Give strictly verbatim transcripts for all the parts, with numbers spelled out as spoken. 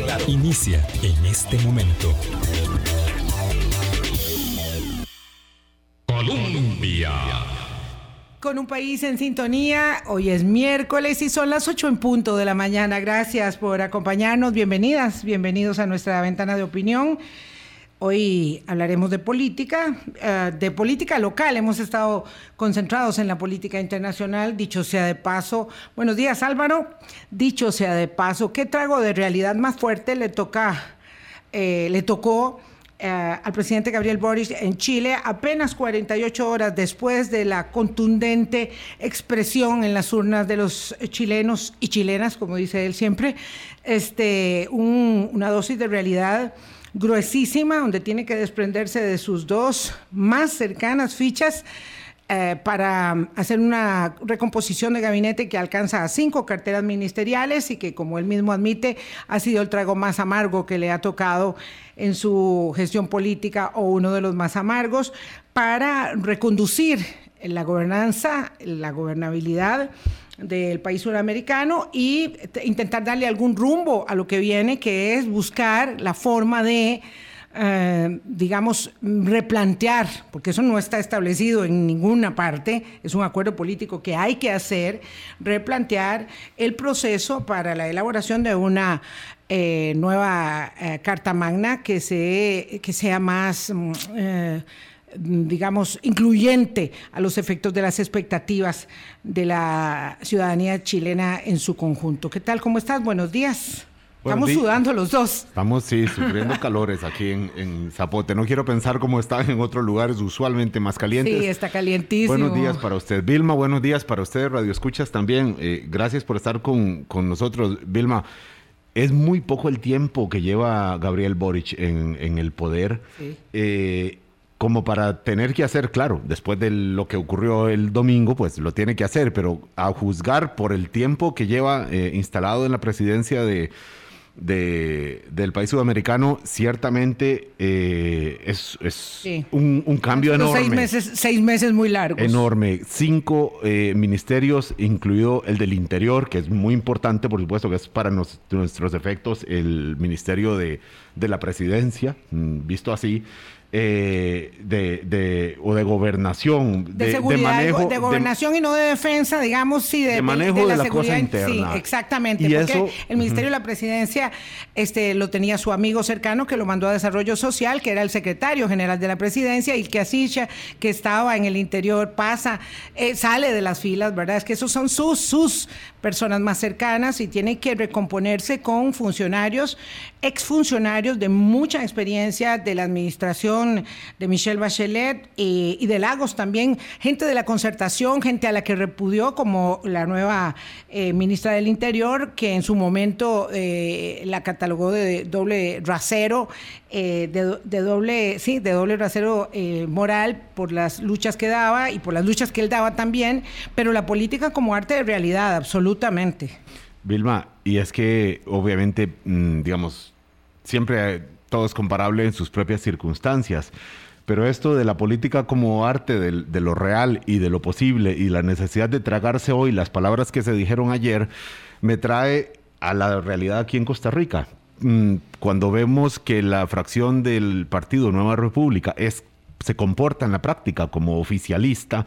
inicia en este momento. Colombia. Con un país en sintonía, hoy es miércoles y son las ocho en punto de la mañana. Gracias por acompañarnos, bienvenidas, bienvenidos a nuestra ventana de opinión. Hoy hablaremos de política, uh, de política local. Hemos estado concentrados en la política internacional, dicho sea de paso. Buenos días, Álvaro. Dicho sea de paso, ¿qué trago de realidad más fuerte le toca, eh, le tocó uh, al presidente Gabriel Boric en Chile apenas cuarenta y ocho horas después de la contundente expresión en las urnas de los chilenos y chilenas, como dice él siempre, este, un, una dosis de realidad gruesísima, donde tiene que desprenderse de sus dos más cercanas fichas eh, para hacer una recomposición de gabinete que alcanza a cinco carteras ministeriales y que, como él mismo admite, ha sido el trago más amargo que le ha tocado en su gestión política, o uno de los más amargos, para reconducir la gobernanza, la gobernabilidad del país suramericano y intentar darle algún rumbo a lo que viene, que es buscar la forma de, eh, digamos, replantear, porque eso no está establecido en ninguna parte, es un acuerdo político que hay que hacer, replantear el proceso para la elaboración de una eh, nueva eh, Carta Magna que, se, que sea más Eh, digamos, incluyente a los efectos de las expectativas de la ciudadanía chilena en su conjunto. ¿Qué tal? ¿Cómo estás? Buenos días. Estamos días. Sudando los dos. Estamos, sí, sufriendo calores aquí en, en Zapote. No quiero pensar cómo están en otros lugares usualmente más calientes. Sí, está calientísimo. Buenos días para usted, Vilma. Buenos días para ustedes, Radio Escuchas también. Eh, gracias por estar con, con nosotros, Vilma. Es muy poco el tiempo que lleva Gabriel Boric en, en el poder. Sí. Eh, como para tener que hacer, claro, después de lo que ocurrió el domingo, pues lo tiene que hacer, pero a juzgar por el tiempo que lleva eh, instalado en la presidencia de, de, del país sudamericano, ciertamente eh, es, es sí. un, un cambio Los enorme. Seis meses, seis meses muy largos. Enorme. Cinco eh, ministerios, incluido el del Interior, que es muy importante, por supuesto, que es para nos, nuestros efectos el Ministerio de, de la Presidencia, visto así. Eh, de, de o de gobernación, de, de seguridad, de, manejo, de gobernación de, y no de defensa, digamos, sí, de, de manejo de, de la, la seguridad cosa interna. Sí, exactamente, y porque eso, el Ministerio uh-huh. de la Presidencia este, lo tenía su amigo cercano que lo mandó a Desarrollo Social, que era el secretario general de la Presidencia, y que así que estaba en el Interior pasa, eh, sale de las filas, ¿verdad? Es que esos son sus, sus personas más cercanas y tiene que recomponerse con funcionarios, exfuncionarios de mucha experiencia de la administración de Michelle Bachelet y, y de Lagos también, gente de la concertación, gente a la que repudió, como la nueva eh, ministra del Interior, que en su momento eh, la catalogó de doble rasero, eh, de, de doble, sí, de doble rasero eh, moral por las luchas que daba y por las luchas que él daba también, pero la política como arte de realidad, absolutamente. Vilma, y es que obviamente, mmm, digamos, siempre todo es comparable en sus propias circunstancias, pero esto de la política como arte de, de lo real y de lo posible y la necesidad de tragarse hoy las palabras que se dijeron ayer, me trae a la realidad aquí en Costa Rica. Cuando vemos que la fracción del Partido Nueva República es, se comporta en la práctica como oficialista,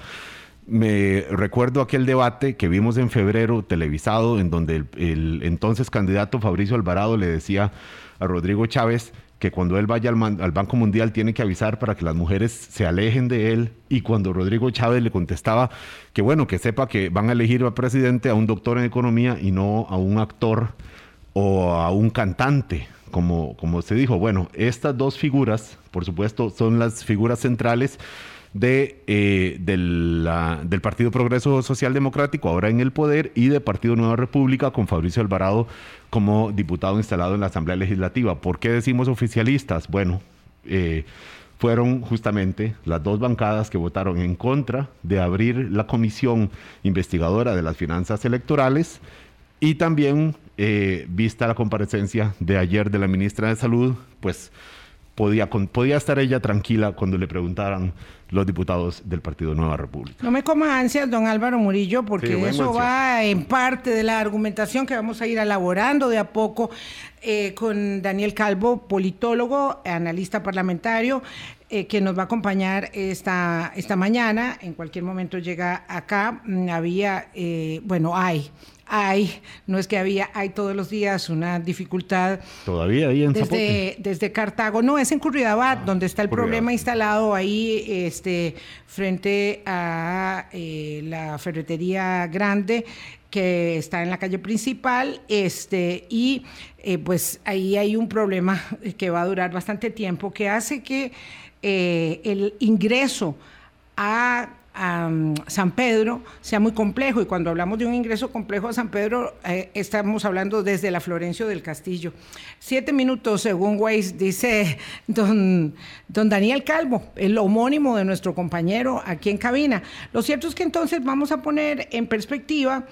me recuerdo aquel debate que vimos en febrero televisado, en donde el, el entonces candidato Fabricio Alvarado le decía a Rodrigo Chávez que cuando él vaya al, man, al Banco Mundial tiene que avisar para que las mujeres se alejen de él, y cuando Rodrigo Chávez le contestaba que bueno, que sepa que van a elegir al presidente a un doctor en economía y no a un actor o a un cantante, como, como se dijo. Bueno, estas dos figuras, por supuesto, son las figuras centrales de, eh, de la, del Partido Progreso Social Democrático, ahora en el poder, y de Partido Nueva República, con Fabricio Alvarado como diputado instalado en la Asamblea Legislativa. ¿Por qué decimos oficialistas? Bueno, eh, fueron justamente las dos bancadas que votaron en contra de abrir la comisión investigadora de las finanzas electorales, y también, eh, vista la comparecencia de ayer de la ministra de Salud, pues podía, con, podía estar ella tranquila cuando le preguntaran los diputados del Partido Nueva República. No me coma ansias, don Álvaro Murillo, porque sí, eso ansioso. va en parte de la argumentación que vamos a ir elaborando de a poco eh, con Daniel Calvo, politólogo, analista parlamentario, eh, que nos va a acompañar esta, esta mañana. En cualquier momento llega acá. Había, eh, bueno, hay... Hay, no es que había, hay todos los días una dificultad. Todavía ahí en desde, Zapote. Desde Cartago, no, es en Curridabat, ah, donde está el Curridabat. problema instalado ahí, este, frente a eh, la ferretería grande que está en la calle principal, este, y eh, pues ahí hay un problema que va a durar bastante tiempo, que hace que eh, el ingreso a a um, San Pedro sea muy complejo, y cuando hablamos de un ingreso complejo a San Pedro eh, estamos hablando desde la Florencio del Castillo. Siete minutos según Waze, dice don, don Daniel Calvo, el homónimo de nuestro compañero aquí en cabina. Lo cierto es que entonces vamos a poner en perspectiva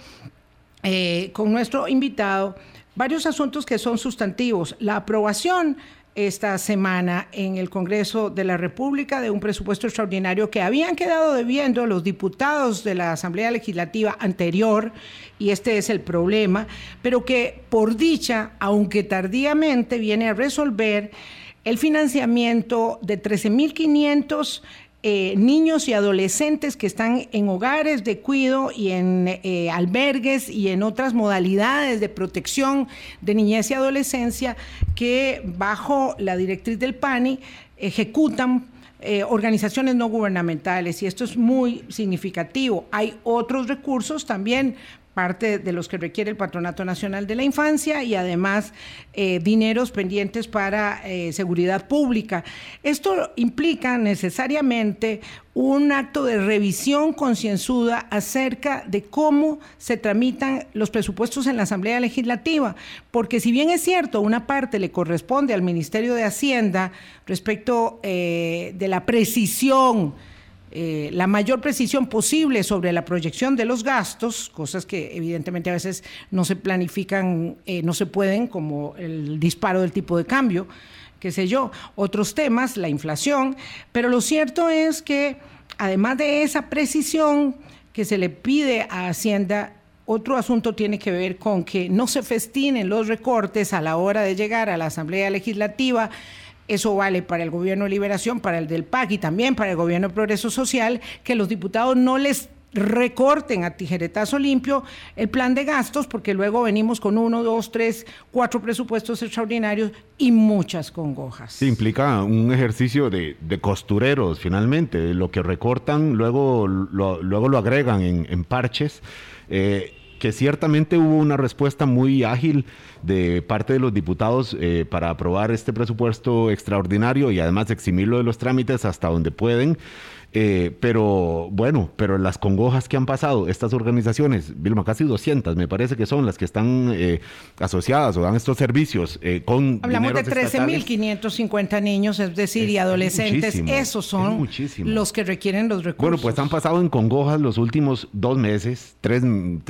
eh, con nuestro invitado varios asuntos que son sustantivos. La aprobación esta semana en el Congreso de la República de un presupuesto extraordinario que habían quedado debiendo los diputados de la Asamblea Legislativa anterior, y este es el problema, pero que por dicha, aunque tardíamente, viene a resolver el financiamiento de trece mil quinientos Eh, niños y adolescentes que están en hogares de cuidado y en eh, albergues y en otras modalidades de protección de niñez y adolescencia que bajo la directriz del P A N I ejecutan eh, organizaciones no gubernamentales, y esto es muy significativo. Hay otros recursos también, parte de los que requiere el Patronato Nacional de la Infancia, y además eh, dineros pendientes para eh, seguridad pública. Esto implica necesariamente un acto de revisión concienzuda acerca de cómo se tramitan los presupuestos en la Asamblea Legislativa, porque si bien es cierto, una parte le corresponde al Ministerio de Hacienda respecto eh, de la precisión, Eh, la mayor precisión posible sobre la proyección de los gastos, cosas que evidentemente a veces no se planifican, eh, no se pueden, como el disparo del tipo de cambio, qué sé yo, otros temas, la inflación, pero lo cierto es que además de esa precisión que se le pide a Hacienda, otro asunto tiene que ver con que no se festinen los recortes a la hora de llegar a la Asamblea Legislativa. Eso vale para el Gobierno de Liberación, para el del P A C y también para el Gobierno de Progreso Social, que los diputados no les recorten a tijeretazo limpio el plan de gastos, porque luego venimos con uno, dos, tres, cuatro presupuestos extraordinarios y muchas congojas. Sí, implica un ejercicio de, de costureros, finalmente. Lo que recortan, luego lo, luego lo agregan en, en parches. Eh, que ciertamente hubo una respuesta muy ágil de parte de los diputados eh, para aprobar este presupuesto extraordinario y además eximirlo de los trámites hasta donde pueden. Eh, pero bueno, pero las congojas que han pasado estas organizaciones, Vilma, casi doscientas me parece que son las que están eh, asociadas o dan estos servicios eh, con hablamos de trece mil quinientos cincuenta niños, es decir, es, y adolescentes, esos son los que requieren los recursos. Bueno, pues han pasado en congojas los últimos dos meses, tres,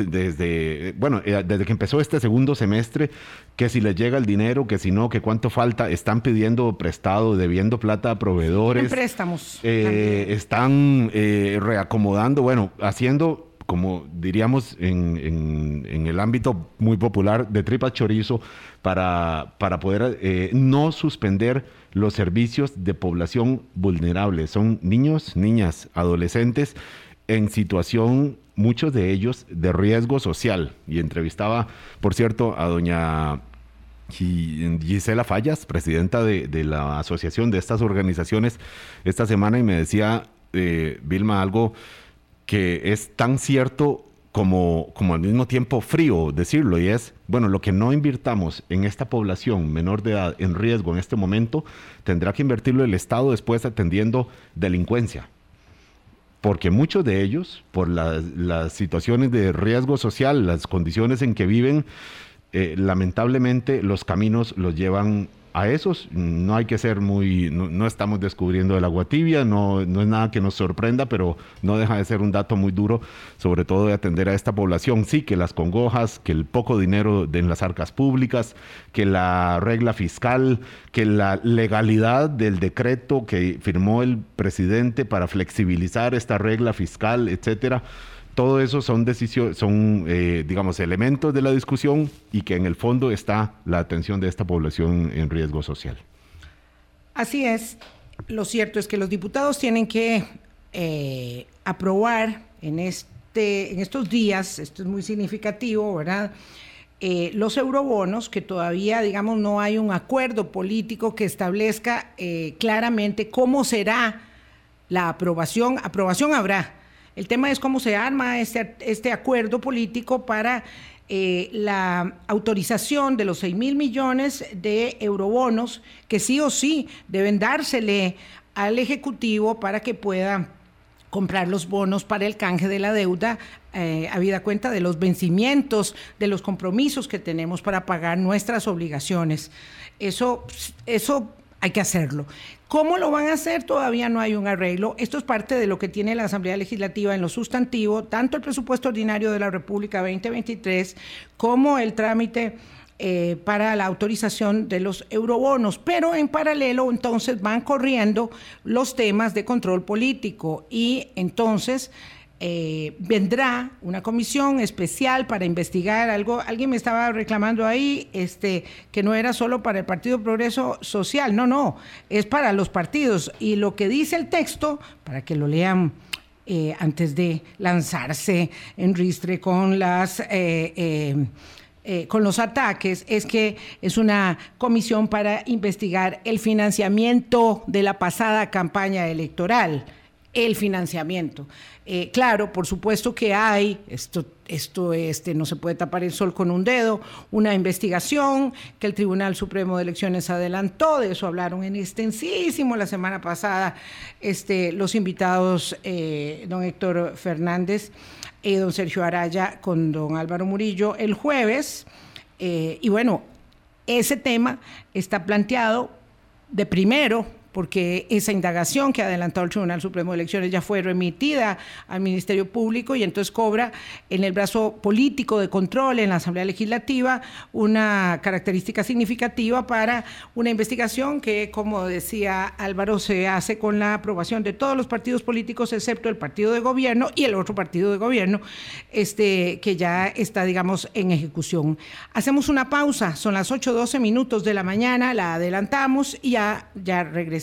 desde, bueno, desde que empezó este segundo semestre, que si les llega el dinero, que si no, que cuánto falta, están pidiendo prestado, debiendo plata a proveedores. En préstamos. Eh, están eh, reacomodando, bueno, haciendo, como diríamos en, en, en el ámbito muy popular, de tripas chorizo para, para poder eh, no suspender los servicios de población vulnerable. Son niños, niñas, adolescentes en situación, muchos de ellos, de riesgo social. Y entrevistaba, por cierto, a doña Gisela Fallas, presidenta de, de la asociación de estas organizaciones esta semana, y me decía, eh, Vilma, algo que es tan cierto como, como al mismo tiempo frío decirlo, y es, bueno, lo que no invirtamos en esta población menor de edad en riesgo en este momento, tendrá que invertirlo el Estado después atendiendo delincuencia. Porque muchos de ellos, por las, las situaciones de riesgo social, las condiciones en que viven, Eh, lamentablemente los caminos los llevan a esos no hay que ser muy, no, no estamos descubriendo el agua tibia, no, no es nada que nos sorprenda, pero no deja de ser un dato muy duro, sobre todo de atender a esta población. Sí, que las congojas, que el poco dinero de, en las arcas públicas, que la regla fiscal, que la legalidad del decreto que firmó el presidente para flexibilizar esta regla fiscal, etcétera. Todo eso son decisiones, son, eh, digamos, elementos de la discusión y que en el fondo está la atención de esta población en riesgo social. Así es. Lo cierto es que los diputados tienen que eh, aprobar en, este, en estos días, esto es muy significativo, ¿verdad?, eh, los eurobonos, que todavía, digamos, no hay un acuerdo político que establezca eh, claramente cómo será la aprobación. Aprobación habrá. El tema es cómo se arma este, este acuerdo político para eh, la autorización de los seis mil millones de eurobonos que sí o sí deben dársele al Ejecutivo para que pueda comprar los bonos para el canje de la deuda, eh, habida cuenta de los vencimientos, de los compromisos que tenemos para pagar nuestras obligaciones. Eso, eso hay que hacerlo. ¿Cómo lo van a hacer? Todavía no hay un arreglo. Esto es parte de lo que tiene la Asamblea Legislativa en lo sustantivo, tanto el presupuesto ordinario de la República veinte veintitrés como el trámite eh, para la autorización de los eurobonos. Pero en paralelo, entonces, van corriendo los temas de control político y entonces Eh, vendrá una comisión especial para investigar algo. Alguien me estaba reclamando ahí este, que no era solo para el Partido Progreso Social, no, no, es para los partidos. Y lo que dice el texto, para que lo lean eh, antes de lanzarse en ristre con las... Eh, eh, Eh, con los ataques, es que es una comisión para investigar el financiamiento de la pasada campaña electoral, el financiamiento. Eh, claro, por supuesto que hay, esto, esto este, no se puede tapar el sol con un dedo, una investigación que el Tribunal Supremo de Elecciones adelantó, de eso hablaron en extensísimo la semana pasada este, los invitados, eh, don Héctor Fernández, Eh, don Sergio Araya con don Álvaro Murillo el jueves, eh, y bueno, ese tema está planteado de primero, porque esa indagación que ha adelantado el Tribunal Supremo de Elecciones ya fue remitida al Ministerio Público y entonces cobra en el brazo político de control en la Asamblea Legislativa una característica significativa para una investigación que, como decía Álvaro, se hace con la aprobación de todos los partidos políticos excepto el partido de gobierno y el otro partido de gobierno este, que ya está, digamos, en ejecución. Hacemos una pausa, son las ocho doce minutos de la mañana, la adelantamos y ya, ya regresamos.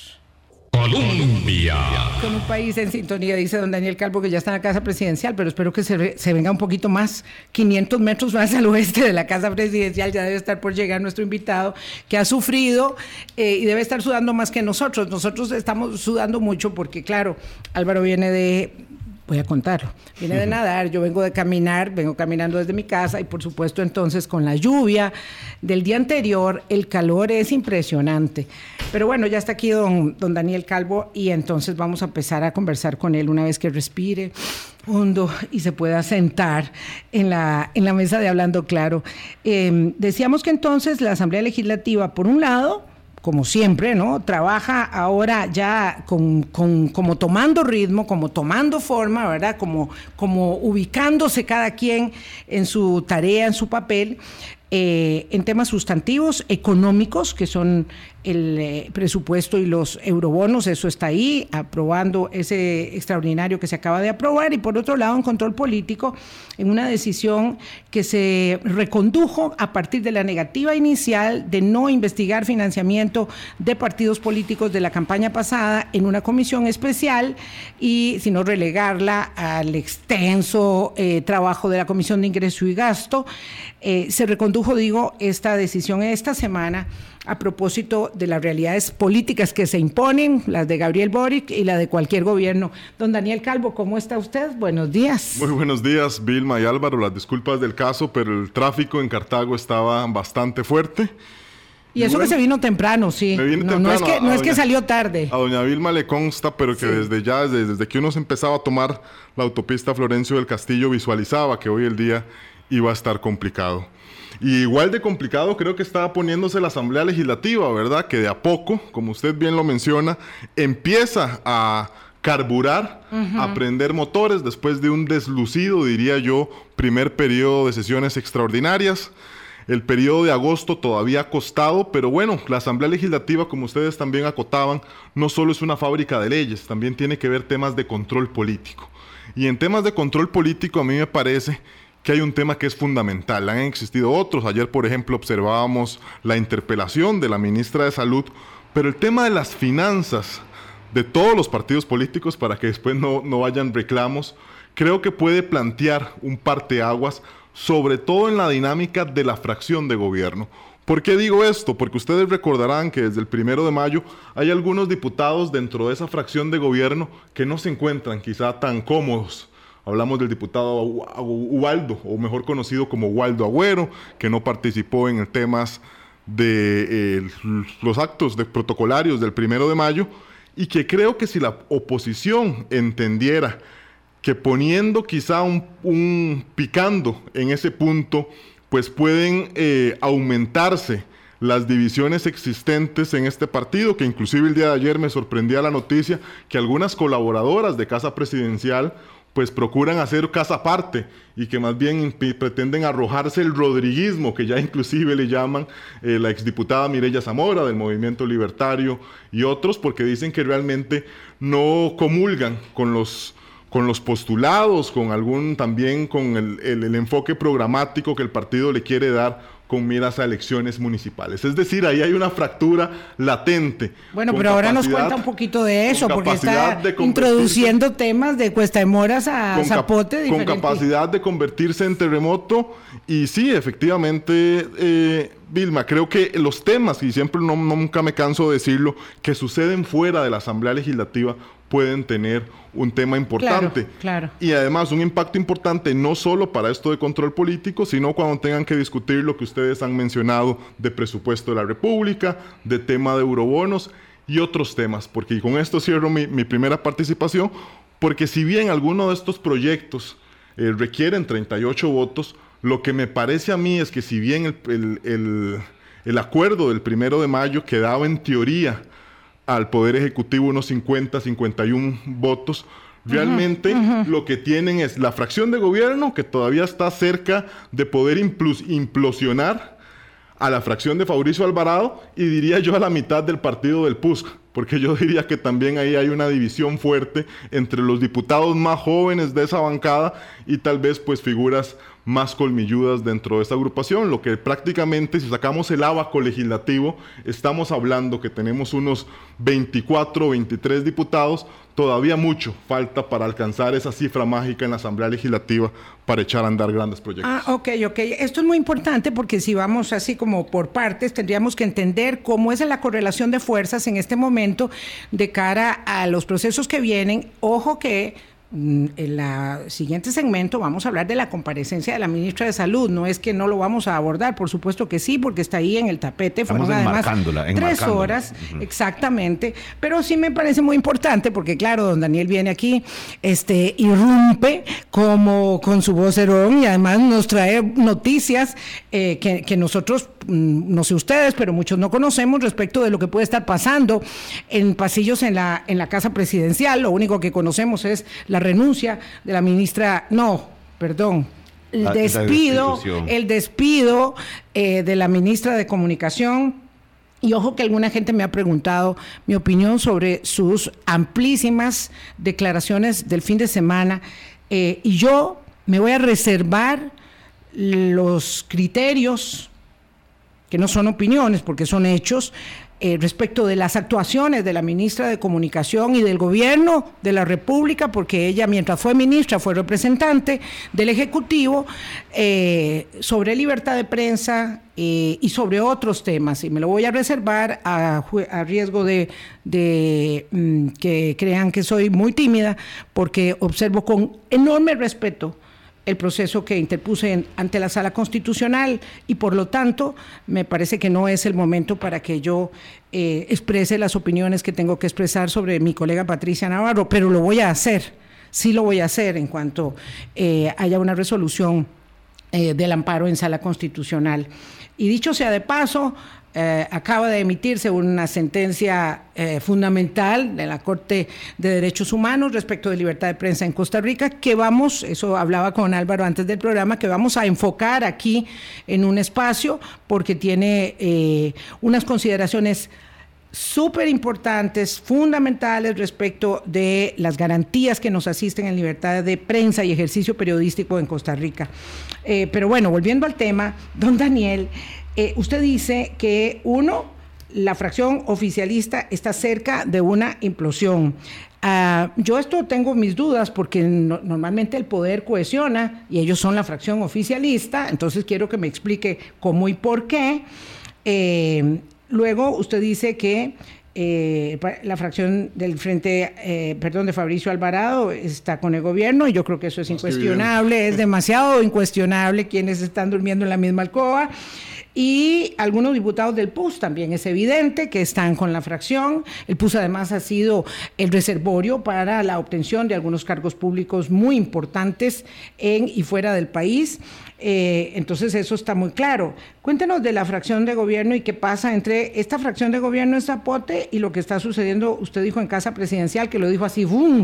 Colombia. Con un país en sintonía, dice don Daniel Calvo, que ya está en la Casa Presidencial, pero espero que se, se venga un poquito más, quinientos metros más al oeste de la Casa Presidencial. Ya debe estar por llegar nuestro invitado, que ha sufrido eh, y debe estar sudando más que nosotros. Nosotros estamos sudando mucho porque, claro, Álvaro viene de... Voy a contar, viene de nadar, yo vengo de caminar, vengo caminando desde mi casa y por supuesto entonces con la lluvia del día anterior, el calor es impresionante. Pero bueno, ya está aquí don, don Daniel Calvo y entonces vamos a empezar a conversar con él una vez que respire hondo y se pueda sentar en la, en la mesa de Hablando Claro. Eh, decíamos que entonces la Asamblea Legislativa, por un lado, como siempre, ¿no? Trabaja ahora ya con, con, como tomando ritmo, como tomando forma, ¿verdad? Como, como ubicándose cada quien en su tarea, en su papel, eh, en temas sustantivos, económicos, que son el eh, presupuesto y los eurobonos, eso está ahí, aprobando ese extraordinario que se acaba de aprobar, y por otro lado, en control político, en una decisión que se recondujo a partir de la negativa inicial de no investigar financiamiento de partidos políticos de la campaña pasada en una comisión especial, y sino relegarla al extenso eh, trabajo de la Comisión de Ingreso y Gasto. Eh, se recondujo, digo, esta decisión esta semana a propósito de las realidades políticas que se imponen, las de Gabriel Boric y la de cualquier gobierno. Don Daniel Calvo, ¿cómo está usted? Buenos días. Muy buenos días, Vilma y Álvaro. Las disculpas del caso, pero el tráfico en Cartago estaba bastante fuerte. Y eso bueno, que se vino temprano, sí. Me vine no, temprano. No es, que, no doña, es que salió tarde. A doña Vilma le consta, pero que sí. desde ya, desde, desde que uno se empezaba a tomar la autopista Florencio del Castillo, visualizaba que hoy el día iba a estar complicado. Y igual de complicado creo que está poniéndose la Asamblea Legislativa, ¿verdad? Que de a poco, como usted bien lo menciona, empieza a carburar, uh-huh. a prender motores después de un deslucido, diría yo, primer periodo de sesiones extraordinarias. El periodo de agosto todavía ha costado, pero bueno, la Asamblea Legislativa, como ustedes también acotaban, no solo es una fábrica de leyes, también tiene que ver temas de control político. Y en temas de control político a mí me parece que hay un tema que es fundamental. Han existido otros. Ayer, por ejemplo, observábamos la interpelación de la ministra de Salud, pero el tema de las finanzas de todos los partidos políticos, para que después no, no vayan reclamos, creo que puede plantear un parteaguas, sobre todo en la dinámica de la fracción de gobierno. ¿Por qué digo esto? Porque ustedes recordarán que desde el primero de mayo hay algunos diputados dentro de esa fracción de gobierno que no se encuentran quizá tan cómodos. Hablamos del diputado Ubaldo, o mejor conocido como Waldo Agüero, que no participó en temas de eh, los actos de protocolarios del primero de mayo, y que creo que si la oposición entendiera que poniendo quizá un, un picando en ese punto, pues pueden eh, aumentarse las divisiones existentes en este partido, que inclusive el día de ayer me sorprendía la noticia que algunas colaboradoras de Casa Presidencial pues procuran hacer casa aparte y que más bien pretenden arrojarse el rodriguismo, que ya inclusive le llaman eh, la exdiputada Mireya Zamora del Movimiento Libertario y otros, porque dicen que realmente no comulgan con los, con los postulados, con algún también con el, el, el enfoque programático que el partido le quiere dar con miras a elecciones municipales. Es decir, ahí hay una fractura latente. Bueno, pero ahora nos cuenta un poquito de eso, porque está introduciendo temas de Cuesta de Moras a Zapote. Con capacidad de convertirse en terremoto. Y sí, efectivamente, eh, Vilma, creo que los temas, y siempre no, nunca me canso de decirlo, que suceden fuera de la Asamblea Legislativa, pueden tener un tema importante. Claro, claro. Y además un impacto importante no solo para esto de control político, sino cuando tengan que discutir lo que ustedes han mencionado de presupuesto de la República, de tema de eurobonos y otros temas. Porque y con esto cierro mi, mi primera participación, porque si bien algunos de estos proyectos eh, requieren treinta y ocho votos, lo que me parece a mí es que si bien el, el, el, el acuerdo del primero de mayo quedaba en teoría al Poder Ejecutivo unos cincuenta, cincuenta y uno votos, realmente uh-huh, uh-huh. lo que tienen es la fracción de gobierno, que todavía está cerca de poder implosionar a la fracción de Fabricio Alvarado, y diría yo a la mitad del partido del P U S C, porque yo diría que también ahí hay una división fuerte entre los diputados más jóvenes de esa bancada y tal vez pues figuras más colmilludas dentro de esta agrupación, lo que prácticamente, si sacamos el abaco legislativo, estamos hablando que tenemos unos veinticuatro, veintitrés diputados, todavía mucho falta para alcanzar esa cifra mágica en la Asamblea Legislativa para echar a andar grandes proyectos. Ah, ok, ok. Esto es muy importante porque si vamos así como por partes, tendríamos que entender cómo es la correlación de fuerzas en este momento de cara a los procesos que vienen. Ojo que en el siguiente segmento vamos a hablar de la comparecencia de la ministra de Salud. No es que no lo vamos a abordar, por supuesto que sí, porque está ahí en el tapete. Estamos fueron además tres horas, uh-huh. exactamente. Pero sí me parece muy importante porque, claro, don Daniel viene aquí, este, irrumpe como con su vocerón y además nos trae noticias eh, que, que nosotros, no sé ustedes, pero muchos no conocemos respecto de lo que puede estar pasando en pasillos en la, en la Casa Presidencial. Lo único que conocemos es la renuncia de la ministra, no, perdón, el la, despido, la el despido eh, de la ministra de Comunicación. Y ojo que alguna gente me ha preguntado mi opinión sobre sus amplísimas declaraciones del fin de semana, eh, y yo me voy a reservar los criterios, que no son opiniones porque son hechos, Eh, respecto de las actuaciones de la ministra de Comunicación y del gobierno de la República, porque ella mientras fue ministra fue representante del Ejecutivo, eh, sobre libertad de prensa eh, y sobre otros temas, y me lo voy a reservar a, a riesgo de, de mm, que crean que soy muy tímida, porque observo con enorme respeto el proceso que interpuse en, ante la Sala Constitucional, y por lo tanto me parece que no es el momento para que yo eh, exprese las opiniones que tengo que expresar sobre mi colega Patricia Navarro, pero lo voy a hacer, sí lo voy a hacer en cuanto eh, haya una resolución eh, del amparo en sala constitucional. Y dicho sea de paso, Eh, acaba de emitirse una sentencia eh, fundamental de la Corte de Derechos Humanos respecto de libertad de prensa en Costa Rica, que vamos, eso hablaba con Álvaro antes del programa, que vamos a enfocar aquí en un espacio porque tiene eh, unas consideraciones súper importantes, fundamentales respecto de las garantías que nos asisten en libertad de prensa y ejercicio periodístico en Costa Rica. Eh, pero bueno, volviendo al tema, don Daniel, Eh, usted dice que, uno, la fracción oficialista está cerca de una implosión. Uh, yo esto tengo mis dudas porque no, normalmente el poder cohesiona y ellos son la fracción oficialista, entonces quiero que me explique cómo y por qué. Eh, luego usted dice que Eh, la fracción del Frente, eh, perdón, de Fabricio Alvarado está con el gobierno y yo creo que eso es incuestionable, es demasiado incuestionable quienes están durmiendo en la misma alcoba. Y algunos diputados del P U S también es evidente que están con la fracción. El P U S además ha sido el reservorio para la obtención de algunos cargos públicos muy importantes en y fuera del país. Eh, entonces eso está muy claro. Cuéntenos de la fracción de gobierno y qué pasa entre esta fracción de gobierno en Zapote y lo que está sucediendo, usted dijo en Casa Presidencial, que lo dijo así, ¡boom!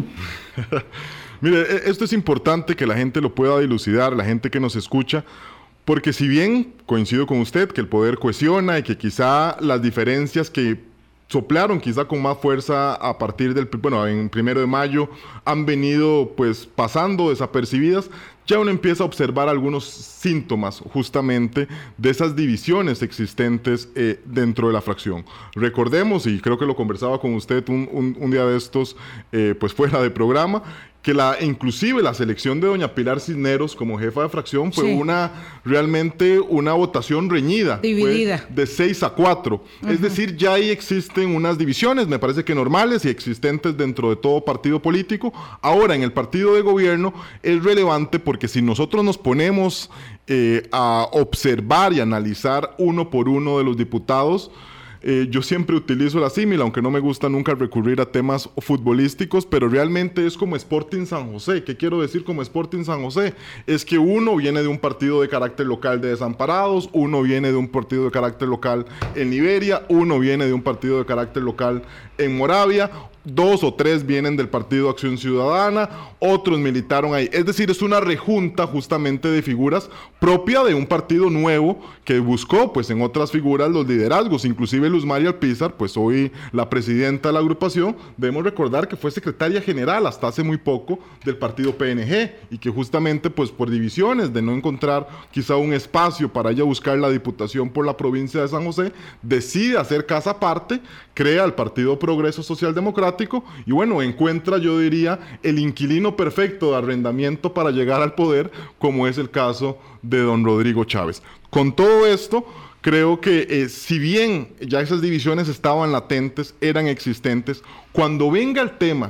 Mire, esto es importante que la gente lo pueda dilucidar, la gente que nos escucha, porque si bien coincido con usted que el poder cohesiona y que quizá las diferencias que soplaron quizá con más fuerza a partir del, bueno, en primero de mayo han venido pues pasando desapercibidas, ya uno empieza a observar algunos síntomas justamente de esas divisiones existentes eh, dentro de la fracción. Recordemos, y creo que lo conversaba con usted un, un, un día de estos, eh, pues fuera de programa, que la, inclusive la selección de doña Pilar Cisneros como jefa de fracción fue sí. una realmente una votación reñida. Dividida. Fue de seis a cuatro. Uh-huh. Es decir, ya ahí existen unas divisiones, me parece que normales y existentes dentro de todo partido político. Ahora, en el partido de gobierno es relevante porque si nosotros nos ponemos eh, a observar y analizar uno por uno de los diputados, Eh, yo siempre utilizo la símil, aunque no me gusta nunca recurrir a temas futbolísticos, pero realmente es como Sporting San José. ¿Qué quiero decir como Sporting San José? Es que uno viene de un partido de carácter local de desamparados, uno viene de un partido de carácter local en Liberia, uno viene de un partido de carácter local en Moravia, dos o tres vienen del Partido Acción Ciudadana, otros militaron ahí. Es decir, es una rejunta justamente de figuras propia de un partido nuevo que buscó pues en otras figuras los liderazgos, inclusive Luz María Alpizar, pues hoy la presidenta de la agrupación, debemos recordar que fue secretaria general hasta hace muy poco del partido P N G y que justamente pues por divisiones de no encontrar quizá un espacio para ella buscar la diputación por la provincia de San José, decide hacer casa aparte, crea el Partido Progreso Social Democrático y bueno, encuentra, yo diría, el inquilino perfecto de arrendamiento para llegar al poder, como es el caso de don Rodrigo Chávez. Con todo esto, creo que eh, si bien ya esas divisiones estaban latentes, eran existentes, cuando venga el tema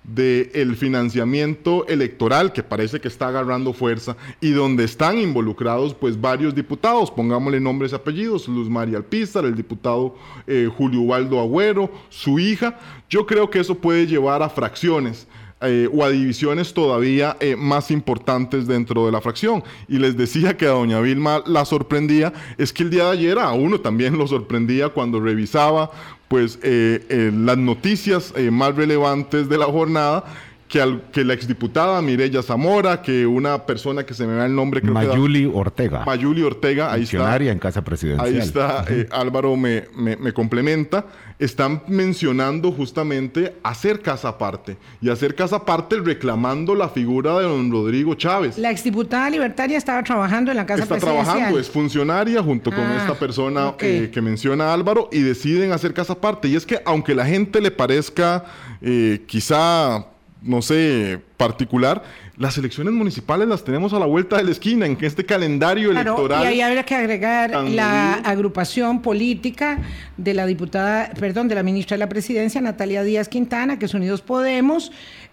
del financiamiento electoral, que parece que está agarrando fuerza y donde están involucrados pues varios diputados, pongámosle nombres y apellidos, Luz María Alpizar, el diputado eh, Julio Ubaldo Agüero, su hija, yo creo que eso puede llevar a fracciones Eh, o a divisiones todavía eh, más importantes dentro de la fracción. Y les decía que a doña Vilma la sorprendía, es que el día de ayer a uno también lo sorprendía cuando revisaba pues eh, eh, las noticias eh, más relevantes de la jornada, que, al, que la exdiputada Mireya Zamora, que una persona que se me da el nombre, creo Mayuli que da, Ortega. Mayuli Ortega, ahí está. En Casa Presidencial. Ahí está, uh-huh. eh, Álvaro me, me, me complementa. Están mencionando justamente hacer casa aparte. Y hacer casa aparte reclamando la figura de don Rodrigo Chávez. La exdiputada libertaria estaba trabajando en la Casa está Presidencial. Está trabajando, es funcionaria junto con ah, esta persona okay. eh, que menciona Álvaro y deciden hacer casa aparte. Y es que aunque la gente le parezca eh, quizá, no sé, particular, las elecciones municipales las tenemos a la vuelta de la esquina en este calendario claro, electoral. Y ahí habría que agregar la agrupación política de la diputada, perdón, de la ministra de la Presidencia, Natalia Díaz Quintana, que es Unidos Podemos,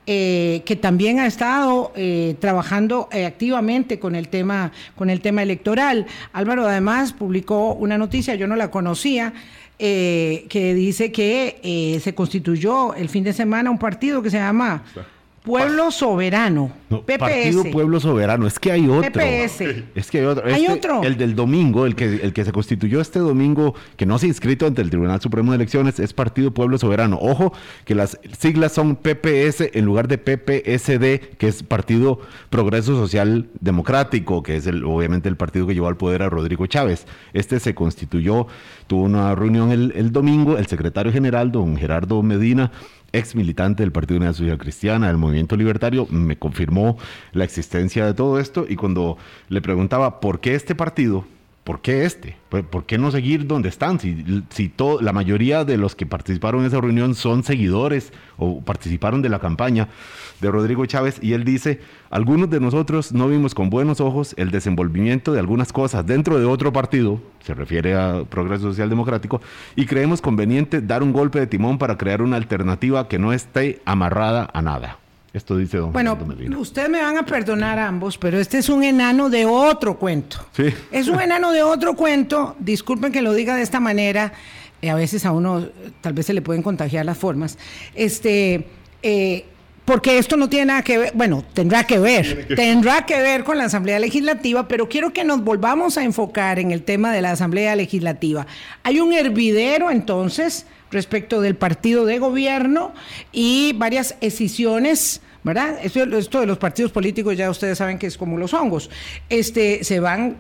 eh, que también ha estado eh, trabajando eh, activamente con el tema, con el tema electoral. Álvaro además publicó una noticia, yo no la conocía, Eh, que dice que eh, se constituyó el fin de semana un partido que se llama Pueblo Soberano, No, P P S. Partido Pueblo Soberano, es que hay otro. P P S. Es que hay otro. ¿Hay Este, otro? El del domingo, el que, el que se constituyó este domingo, que no se ha inscrito ante el Tribunal Supremo de Elecciones, es Partido Pueblo Soberano. Ojo, que las siglas son P P S en lugar de P P S D, que es Partido Progreso Social Democrático, que es el, obviamente el partido que llevó al poder a Rodrigo Chávez. Este se constituyó, tuvo una reunión el, el domingo, el secretario general, don Gerardo Medina, ex militante del Partido Unidad Social Cristiana, del Movimiento Libertario, me confirmó la existencia de todo esto, y cuando le preguntaba por qué este partido, ¿por qué este? ¿Por qué no seguir donde están? Si, si todo, la mayoría de los que participaron en esa reunión son seguidores o participaron de la campaña de Rodrigo Chávez, y él dice, algunos de nosotros no vimos con buenos ojos el desenvolvimiento de algunas cosas dentro de otro partido, se refiere a Progreso Social Democrático, y creemos conveniente dar un golpe de timón para crear una alternativa que no esté amarrada a nada. Esto dice don Bueno, Medina. ustedes me van a perdonar ambos, pero este es un enano de otro cuento. Sí. Es un enano de otro cuento, disculpen que lo diga de esta manera, eh, a veces a uno eh, tal vez se le pueden contagiar las formas, este, eh, porque esto no tiene nada que ver, bueno, tendrá que ver, que... tendrá que ver con la Asamblea Legislativa, pero quiero que nos volvamos a enfocar en el tema de la Asamblea Legislativa. Hay un hervidero, entonces, respecto del partido de gobierno y varias escisiones, ¿verdad? Esto, esto de los partidos políticos ya ustedes saben que es como los hongos, este, se van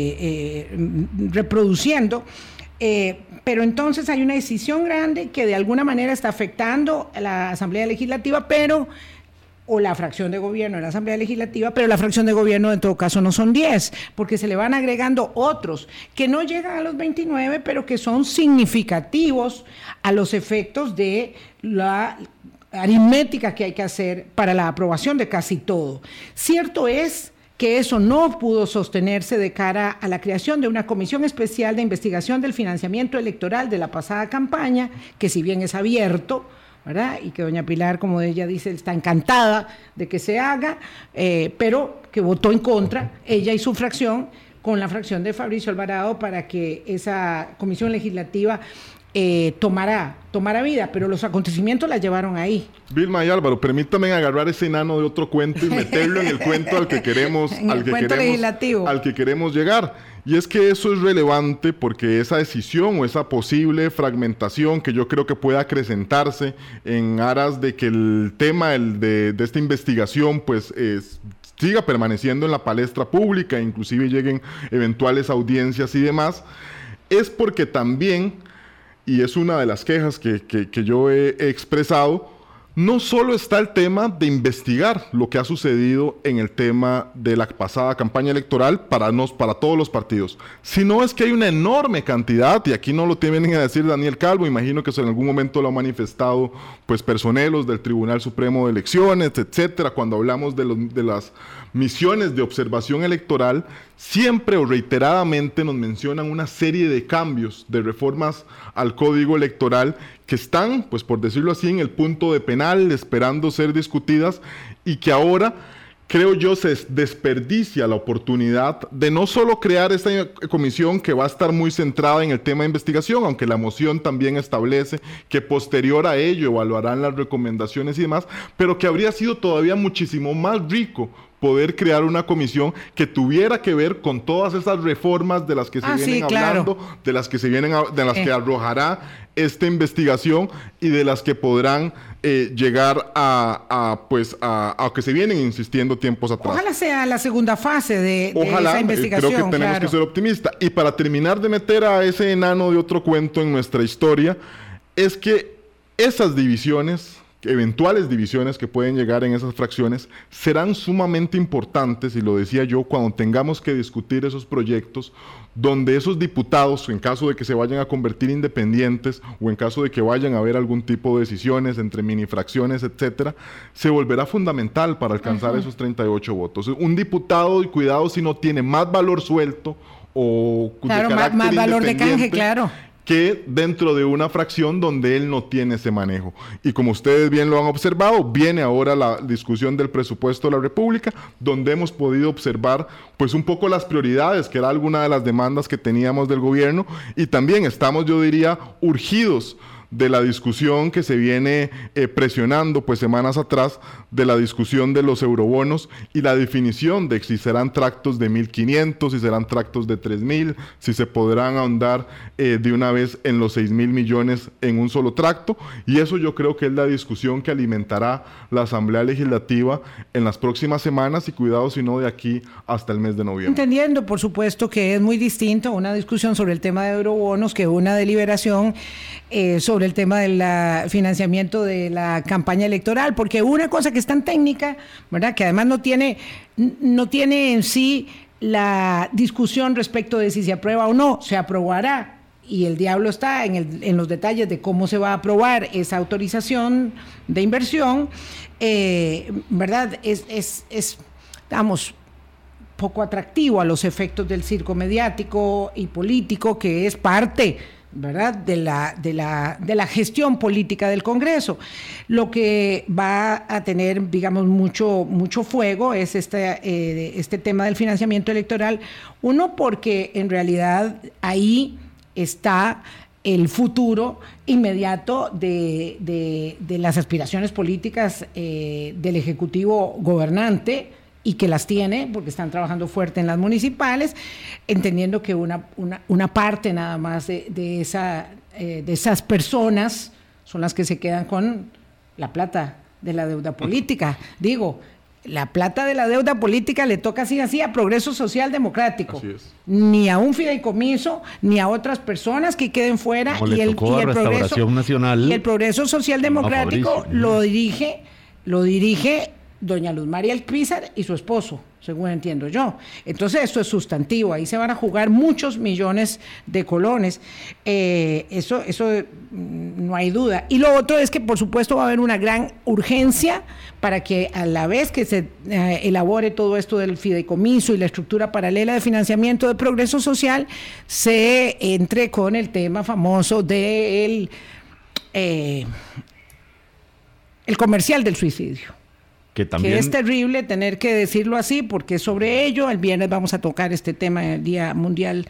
eh, eh, reproduciendo, eh, pero entonces hay una decisión grande que de alguna manera está afectando a la Asamblea Legislativa, pero o la fracción de gobierno de la Asamblea Legislativa, pero la fracción de gobierno en todo caso no son diez, porque se le van agregando otros que no llegan a los veintinueve, pero que son significativos a los efectos de la aritmética que hay que hacer para la aprobación de casi todo. Cierto es que eso no pudo sostenerse de cara a la creación de una comisión especial de investigación del financiamiento electoral de la pasada campaña, que si bien es abierto, ¿verdad? Y que doña Pilar, como ella dice, está encantada de que se haga, eh, pero que votó en contra, ella y su fracción, con la fracción de Fabricio Alvarado, para que esa comisión legislativa eh, tomara, tomara vida, pero los acontecimientos la llevaron ahí. Vilma y Álvaro, permítame agarrar ese enano de otro cuento y meterlo en el cuento al que queremos, en al el que cuento queremos, legislativo. al que queremos llegar. Y es que eso es relevante porque esa decisión o esa posible fragmentación que yo creo que pueda acrecentarse en aras de que el tema el de, de esta investigación pues es, siga permaneciendo en la palestra pública, inclusive lleguen eventuales audiencias y demás, es porque también, y es una de las quejas que, que, que yo he, he expresado, no solo está el tema de investigar lo que ha sucedido en el tema de la pasada campaña electoral para, nos, para todos los partidos, sino es que hay una enorme cantidad, y aquí no lo tienen a decir Daniel Calvo, imagino que eso en algún momento lo han manifestado pues personeros del Tribunal Supremo de Elecciones, etcétera, cuando hablamos de, los, de las misiones de observación electoral, siempre o reiteradamente nos mencionan una serie de cambios, de reformas al Código Electoral que están, pues por decirlo así, en el punto de penal, esperando ser discutidas, y que ahora, creo yo, se desperdicia la oportunidad de no solo crear esta comisión que va a estar muy centrada en el tema de investigación, aunque la moción también establece que posterior a ello evaluarán las recomendaciones y demás, pero que habría sido todavía muchísimo más rico poder crear una comisión que tuviera que ver con todas esas reformas de las que se ah, vienen sí, claro. hablando, de las que se vienen, a, de las eh. que arrojará esta investigación y de las que podrán eh, llegar a, a pues a, a que se vienen insistiendo tiempos atrás. Ojalá sea la segunda fase de, de Ojalá, esa investigación. Creo que tenemos claro. que ser optimistas. Y para terminar de meter a ese enano de otro cuento en nuestra historia, es que esas divisiones, eventuales divisiones que pueden llegar en esas fracciones, serán sumamente importantes, y lo decía yo, cuando tengamos que discutir esos proyectos, donde esos diputados, en caso de que se vayan a convertir independientes, o en caso de que vayan a haber algún tipo de decisiones entre minifracciones, etcétera, se volverá fundamental para alcanzar uh-huh. esos treinta y ocho votos. Un diputado, y cuidado si no tiene más valor suelto, o claro, de carácter más, más valor de canje, claro, que dentro de una fracción donde él no tiene ese manejo. Y como ustedes bien lo han observado, viene ahora la discusión del presupuesto de la República, donde hemos podido observar pues un poco las prioridades, que era alguna de las demandas que teníamos del gobierno, y también estamos, yo diría, urgidos de la discusión que se viene eh, presionando pues semanas atrás, de la discusión de los eurobonos y la definición de si serán tractos de mil quinientos, si serán tractos de tres mil, si se podrán ahondar eh, de una vez en los seis mil millones en un solo tracto, y eso yo creo que es la discusión que alimentará la Asamblea Legislativa en las próximas semanas y cuidado si no de aquí hasta el mes de noviembre. Entendiendo, por supuesto, que es muy distinto una discusión sobre el tema de eurobonos que una deliberación eh, sobre el tema del financiamiento de la campaña electoral, porque una cosa que es tan técnica, ¿verdad?, que además no tiene, no tiene en sí la discusión respecto de si se aprueba o no, se aprobará. Y el diablo está en, el, en los detalles de cómo se va a aprobar esa autorización de inversión, eh, ¿verdad? Es, es, es, digamos, poco atractivo a los efectos del circo mediático y político que es parte, ¿verdad?, de la, de la, de la gestión política del Congreso. Lo que va a tener, digamos, mucho, mucho fuego es este, eh, este tema del financiamiento electoral. Uno, porque en realidad ahí está el futuro inmediato de, de, de las aspiraciones políticas eh, del Ejecutivo gobernante, y que las tiene, porque están trabajando fuerte en las municipales, entendiendo que una, una, una parte nada más de, de, esa, eh, de esas personas son las que se quedan con la plata de la deuda política. Digo, la plata de la deuda política le toca así así a Progreso Social Democrático, así es. Ni a un fideicomiso, ni a otras personas que queden fuera, Como y le el, tocó y el a progreso Restauración Nacional, y el Progreso Social Democrático Fabricio. lo dirige, lo dirige doña Luz María Alpizar y su esposo, según entiendo yo. Entonces esto es sustantivo, ahí se van a jugar muchos millones de colones, eh, eso, eso no hay duda. Y lo otro es que por supuesto va a haber una gran urgencia para que a la vez que se eh, elabore todo esto del fideicomiso y la estructura paralela de financiamiento de Progreso Social, se entre con el tema famoso del eh, el comercial del suicidio. Que, también, que es terrible tener que decirlo así, porque sobre ello el viernes vamos a tocar este tema, el Día Mundial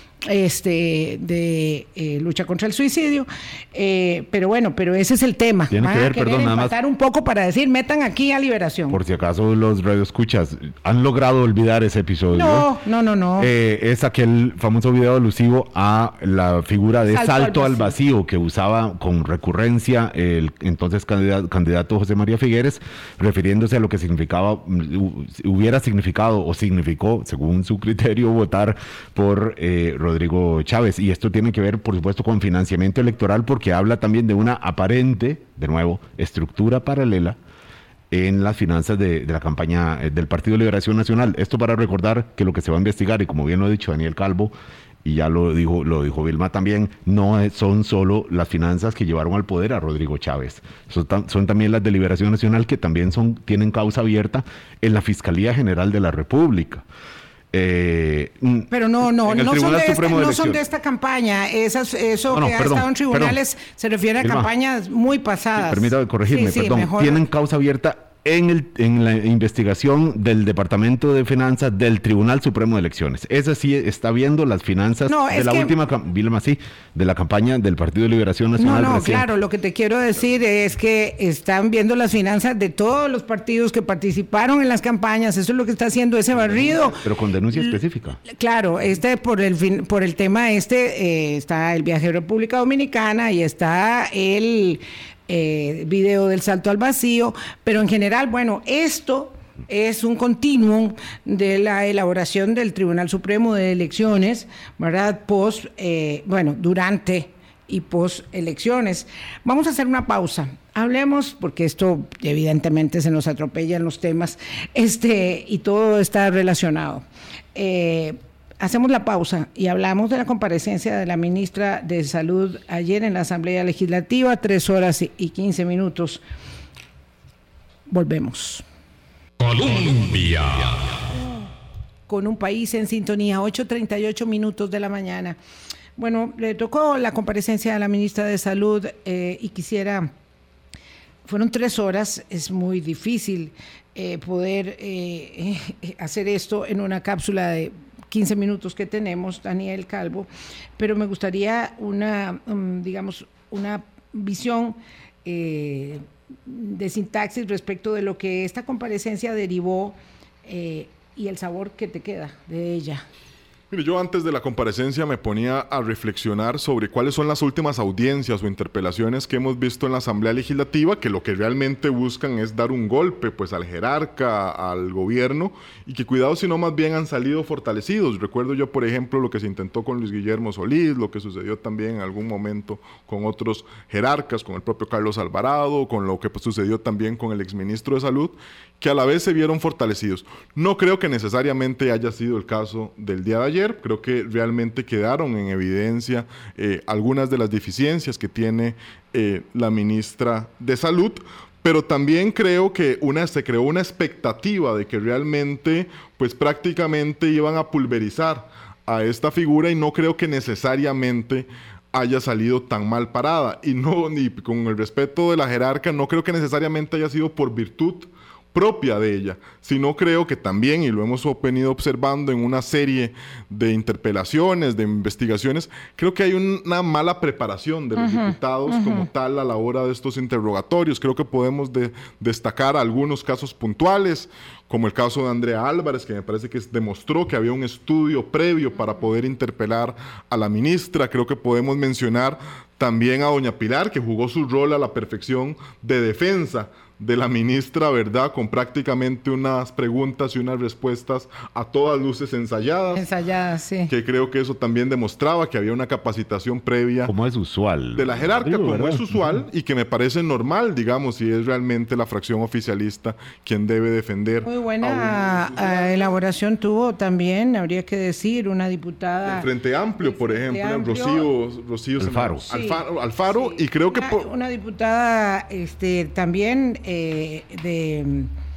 este de eh, lucha contra el suicidio, eh, pero bueno, pero ese es el tema. Tiene Van que ver, a querer perdón, nada más, empatar un poco para decir, metan aquí a Liberación. por si acaso los radioescuchas han logrado olvidar ese episodio. No, no, no, no. Eh, es aquel famoso video alusivo a la figura de Salto salto, al al, vacío. al vacío que usaba con recurrencia el entonces candidato, candidato José María Figueres, refiriéndose a lo que significaba, hubiera significado o significó, según su criterio, votar por eh, Rodrigo Chávez. Y esto tiene que ver, por supuesto, con financiamiento electoral, porque habla también de una aparente, de nuevo, estructura paralela en las finanzas de, de la campaña del Partido de Liberación Nacional. Esto para recordar que lo que se va a investigar, y como bien lo ha dicho Daniel Calvo, y ya lo dijo, lo dijo Vilma también, no es, son solo las finanzas que llevaron al poder a Rodrigo Chávez. Son, tam, son también las de Liberación Nacional, que también son, tienen causa abierta en la Fiscalía General de la República. Eh, Pero no, no, no, son de, esta, de no son de esta campaña. Esas, eso no, no, que perdón, ha estado en tribunales perdón. se refiere a Vilma, campañas muy pasadas. Sí, permítame corregirme, sí, sí, perdón. Mejor. Tienen causa abierta en, el, en la investigación del Departamento de Finanzas del Tribunal Supremo de Elecciones. Esa sí está viendo las finanzas no, de la que, última, Vilma, sí, de la campaña del Partido de Liberación Nacional. No, no, reciente. claro, lo que te quiero decir es que están viendo las finanzas de todos los partidos que participaron en las campañas. Eso es lo que está haciendo ese barrido. Pero con denuncia específica. Claro, este por el fin, por el tema este eh, está el viaje a República Dominicana y está el Eh, video del salto al vacío, pero en general, bueno, esto es un continuum de la elaboración del Tribunal Supremo de Elecciones, ¿verdad? Post, eh, bueno, durante y post elecciones. Vamos a hacer una pausa. Hablemos, porque esto evidentemente se nos atropellan los temas, este, y todo está relacionado. Eh, Hacemos la pausa y hablamos de la comparecencia de la ministra de Salud ayer en la Asamblea Legislativa, tres horas y quince minutos. Volvemos. Colombia. Con un país en sintonía, ocho treinta y ocho minutos de la mañana. Bueno, le tocó la comparecencia de la ministra de Salud eh, y quisiera... Fueron tres horas, es muy difícil eh, poder eh, eh, hacer esto en una cápsula de quince minutos que tenemos, Daniel Calvo, pero me gustaría una, um, digamos, una visión eh, de sintaxis respecto de lo que esta comparecencia derivó eh, y el sabor que te queda de ella. Mire, yo antes de la comparecencia me ponía a reflexionar sobre cuáles son las últimas audiencias o interpelaciones que hemos visto en la Asamblea Legislativa, que lo que realmente buscan es dar un golpe pues al jerarca, al gobierno, y que cuidado si no más bien han salido fortalecidos. Recuerdo yo, por ejemplo, lo que se intentó con Luis Guillermo Solís, lo que sucedió también en algún momento con otros jerarcas, con el propio Carlos Alvarado, con lo que pues, sucedió también con el exministro de Salud, que a la vez se vieron fortalecidos. No creo que necesariamente haya sido el caso del día de ayer. Creo que realmente quedaron en evidencia eh, algunas de las deficiencias que tiene eh, la ministra de Salud, pero también creo que una, se creó una expectativa de que realmente, pues prácticamente iban a pulverizar a esta figura y no creo que necesariamente haya salido tan mal parada. Y no, ni con el respeto de la jerarca, no creo que necesariamente haya sido por virtud propia de ella, sino creo que también, y lo hemos venido observando en una serie de interpelaciones, de investigaciones, creo que hay una mala preparación de los uh-huh, diputados uh-huh. como tal a la hora de estos interrogatorios. Creo que podemos de, destacar algunos casos puntuales, como el caso de Andrea Álvarez, que me parece que demostró que había un estudio previo para poder interpelar a la ministra. Creo que podemos mencionar también a doña Pilar, que jugó su rol a la perfección de defensa de la ministra, ¿verdad? Con prácticamente unas preguntas y unas respuestas a todas luces ensayadas. Ensayadas, sí. Que creo que eso también demostraba que había una capacitación previa. Como es usual. De la jerarca, digo, como ¿verdad? Es usual, Uh-huh. y que me parece normal, digamos, si es realmente la fracción oficialista quien debe defender. Muy buena a elaboración tuvo también, habría que decir, una diputada. El Frente Amplio, el por Frente ejemplo, Amplio. Rocío, Rocío Alfaro. Sí, Alfaro, Alfaro sí. Y creo una, que... Por... Una diputada este, también... Eh, de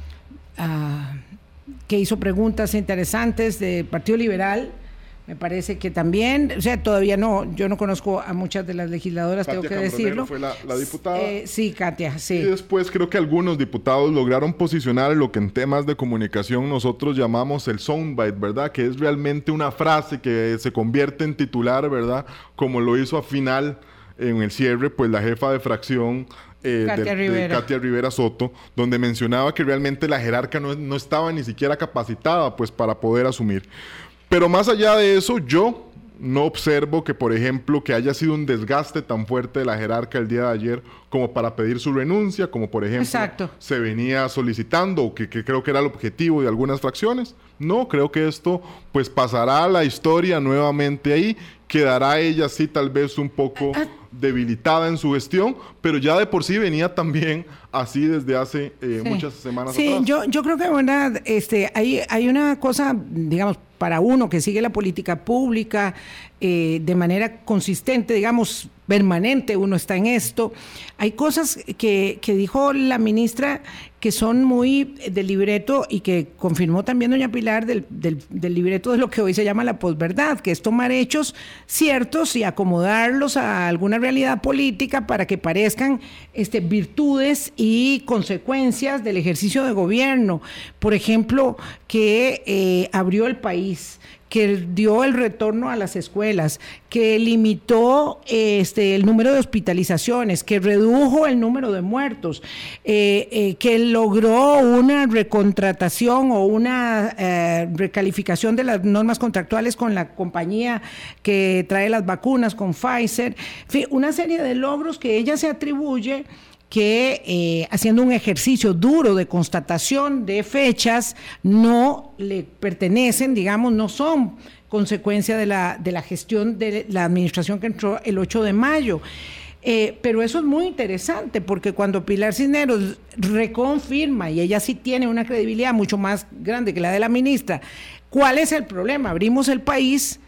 uh, que hizo preguntas interesantes del Partido Liberal, me parece que también, o sea, todavía no, yo no conozco a muchas de las legisladoras, Katia tengo que Cambronero decirlo. Fue la, la diputada. Eh, sí, Katia, sí. Y después creo que algunos diputados lograron posicionar lo que en temas de comunicación nosotros llamamos el soundbite, ¿verdad? Que es realmente una frase que se convierte en titular, ¿verdad? Como lo hizo a final en el cierre, pues la jefa de fracción eh, Katia, de, Rivera. de Katia Rivera Soto, donde mencionaba que realmente la jerarca no, no estaba ni siquiera capacitada pues para poder asumir. Pero más allá de eso, yo no observo que, por ejemplo, que haya sido un desgaste tan fuerte de la jerarca el día de ayer como para pedir su renuncia, como por ejemplo Exacto. se venía solicitando, o que, que creo que era el objetivo de algunas fracciones. No, creo que esto pues pasará a la historia nuevamente ahí, quedará ella sí tal vez un poco debilitada en su gestión, pero ya de por sí venía también así desde hace eh, sí. muchas semanas sí, atrás. Sí, yo, yo creo que bueno, este, hay, hay una cosa, digamos, para uno que sigue la política pública eh, de manera consistente, digamos, permanente, uno está en esto. Hay cosas que, que dijo la ministra que son muy del libreto y que confirmó también doña Pilar del, del, del libreto de lo que hoy se llama la posverdad, que es tomar hechos ciertos y acomodarlos a alguna realidad política para que parezcan este, virtudes y consecuencias del ejercicio de gobierno. Por ejemplo, que eh, abrió el país, que dio el retorno a las escuelas, que limitó este, el número de hospitalizaciones, que redujo el número de muertos, eh, eh, que logró una recontratación o una eh, recalificación de las normas contractuales con la compañía que trae las vacunas, con Pfizer, en fin, una serie de logros que ella se atribuye que eh, haciendo un ejercicio duro de constatación de fechas no le pertenecen, digamos, no son consecuencia de la, de la gestión de la administración que entró el ocho de mayo. Eh, pero eso es muy interesante porque cuando Pilar Cisneros reconfirma, y ella sí tiene una credibilidad mucho más grande que la de la ministra, ¿cuál es el problema? Abrimos el país.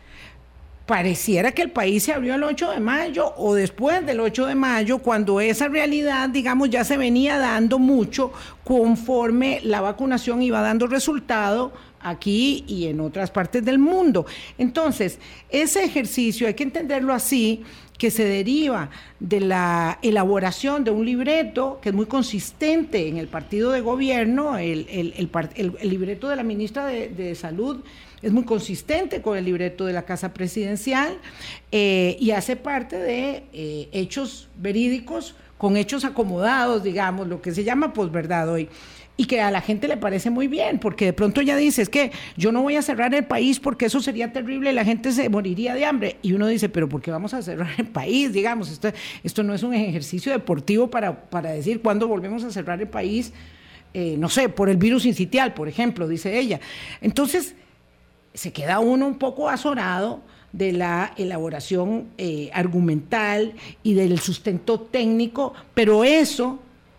Pareciera que el país se abrió el ocho de mayo o después del ocho de mayo, cuando esa realidad, digamos, ya se venía dando mucho conforme la vacunación iba dando resultado aquí y en otras partes del mundo. Entonces, ese ejercicio hay que entenderlo así, que se deriva de la elaboración de un libreto que es muy consistente en el partido de gobierno, el, el, el, el, el libreto de la ministra de, de Salud es muy consistente con el libreto de la Casa Presidencial eh, y hace parte de eh, hechos verídicos con hechos acomodados, digamos, lo que se llama posverdad hoy. Y que a la gente le parece muy bien, porque de pronto ella dice, es que yo no voy a cerrar el país porque eso sería terrible y la gente se moriría de hambre. Y uno dice, pero ¿por qué vamos a cerrar el país? Digamos, esto, esto no es un ejercicio deportivo para, para decir cuándo volvemos a cerrar el país, eh, no sé, por el virus incitial, por ejemplo, dice ella. Entonces, se queda uno un poco azorado de la elaboración eh, argumental y del sustento técnico, pero eso,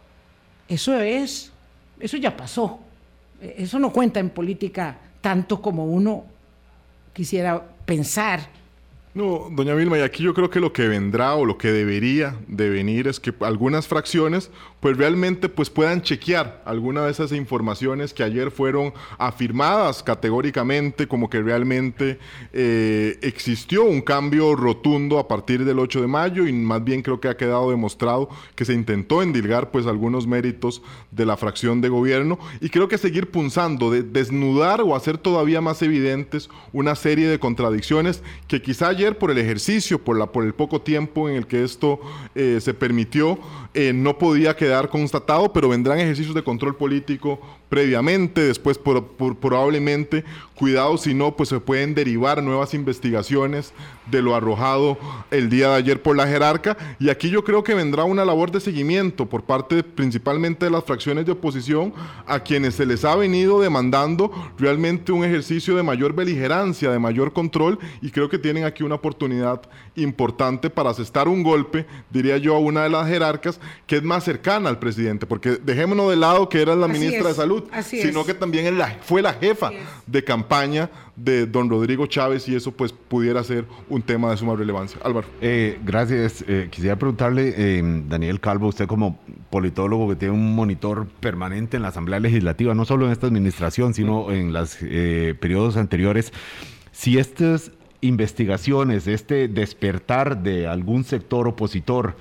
eso es... Eso ya pasó, eso no cuenta en política tanto como uno quisiera pensar. No, doña Vilma, y aquí yo creo que lo que vendrá o lo que debería de venir es que algunas fracciones pues realmente pues puedan chequear alguna de esas informaciones que ayer fueron afirmadas categóricamente como que realmente eh, existió un cambio rotundo a partir del ocho de mayo y más bien creo que ha quedado demostrado que se intentó endilgar pues algunos méritos de la fracción de gobierno y creo que seguir punzando, de desnudar o hacer todavía más evidentes una serie de contradicciones que quizá ayer por el ejercicio, por, la, por el poco tiempo en el que esto eh, se permitió, eh, no podía quedar constatado, pero vendrán ejercicios de control político previamente, después por, por, probablemente, cuidado si no, pues se pueden derivar nuevas investigaciones de lo arrojado el día de ayer por la jerarca, y aquí yo creo que vendrá una labor de seguimiento por parte de, principalmente de las fracciones de oposición, a quienes se les ha venido demandando realmente un ejercicio de mayor beligerancia, de mayor control, y creo que tienen aquí una oportunidad importante para asestar un golpe, diría yo, a una de las jerarcas que es más cercana al presidente, porque dejémonos de lado que era la Así ministra es, de Salud, sino es. que también es la, fue la jefa de campaña de don Rodrigo Chávez y eso pues pudiera ser un tema de suma relevancia. Álvaro. Eh, gracias. Eh, quisiera preguntarle, eh, Daniel Calvo, usted como politólogo que tiene un monitor permanente en la Asamblea Legislativa, no solo en esta administración, sino en los eh, periodos anteriores, si estas investigaciones, este despertar de algún sector opositor,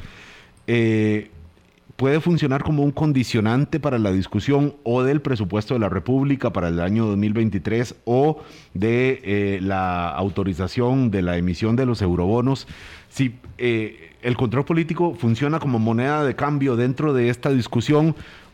eh, puede funcionar como un condicionante para la discusión o del presupuesto de la República para el año dos mil veintitrés o de eh, la autorización de la emisión de los eurobonos. Si eh, el control político funciona como moneda de cambio dentro de esta discusión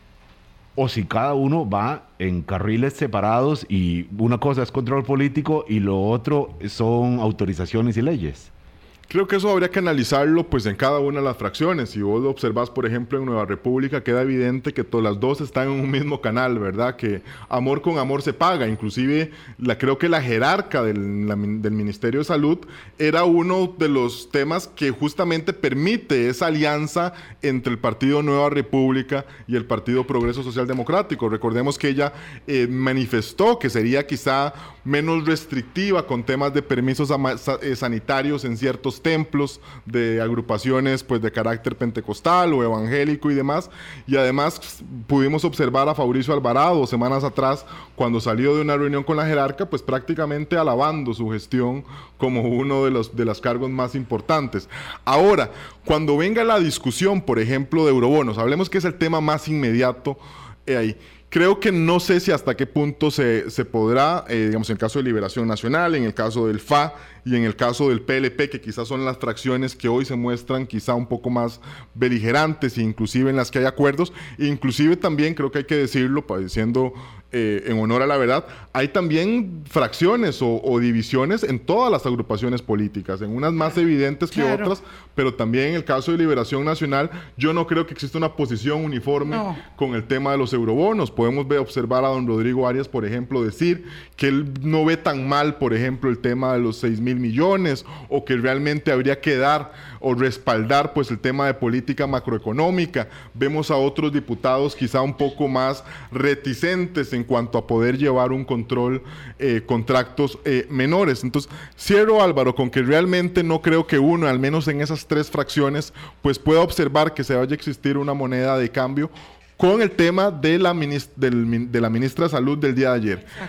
o si cada uno va en carriles separados y una cosa es control político y lo otro son autorizaciones y leyes. Creo que eso habría que analizarlo pues en cada una de las fracciones. Si vos lo observás, por ejemplo, en Nueva República, queda evidente que todas las dos están en un mismo canal, ¿verdad? Que amor con amor se paga. Inclusive, la, creo que la jerarca del, la, del Ministerio de Salud era uno de los temas que justamente permite esa alianza entre el Partido Nueva República y el Partido Progreso Social Democrático. Recordemos que ella eh, manifestó que sería quizá menos restrictiva con temas de permisos sanitarios en ciertos templos de agrupaciones pues de carácter pentecostal o evangélico y demás, y además pudimos observar a Fabricio Alvarado semanas atrás cuando salió de una reunión con la jerarca pues prácticamente alabando su gestión como uno de los de los cargos más importantes. Ahora, cuando venga la discusión, por ejemplo, de eurobonos, hablemos que es el tema más inmediato eh, ahí. Creo que no sé si hasta qué punto se, se podrá, eh, digamos, en el caso de Liberación Nacional, en el caso del F A y en el caso del P L P, que quizás son las fracciones que hoy se muestran quizá un poco más beligerantes, inclusive en las que hay acuerdos, inclusive también creo que hay que decirlo, diciendo eh, en honor a la verdad, hay también fracciones o, o divisiones en todas las agrupaciones políticas, en unas más evidentes que claro. otras, pero también en el caso de Liberación Nacional, yo no creo que exista una posición uniforme no. con el tema de los eurobonos. Podemos ver, observar a don Rodrigo Arias, por ejemplo, decir que él no ve tan mal, por ejemplo, el tema de los seis mil millones o que realmente habría que dar o respaldar pues el tema de política macroeconómica. Vemos a otros diputados quizá un poco más reticentes en cuanto a poder llevar un control eh, con tractos eh, menores. Entonces, cierro, Álvaro, con que realmente no creo que uno, al menos en esas tres fracciones, pues pueda observar que se vaya a existir una moneda de cambio con el tema de la, minist- del, de la ministra de Salud del día de ayer. Exacto.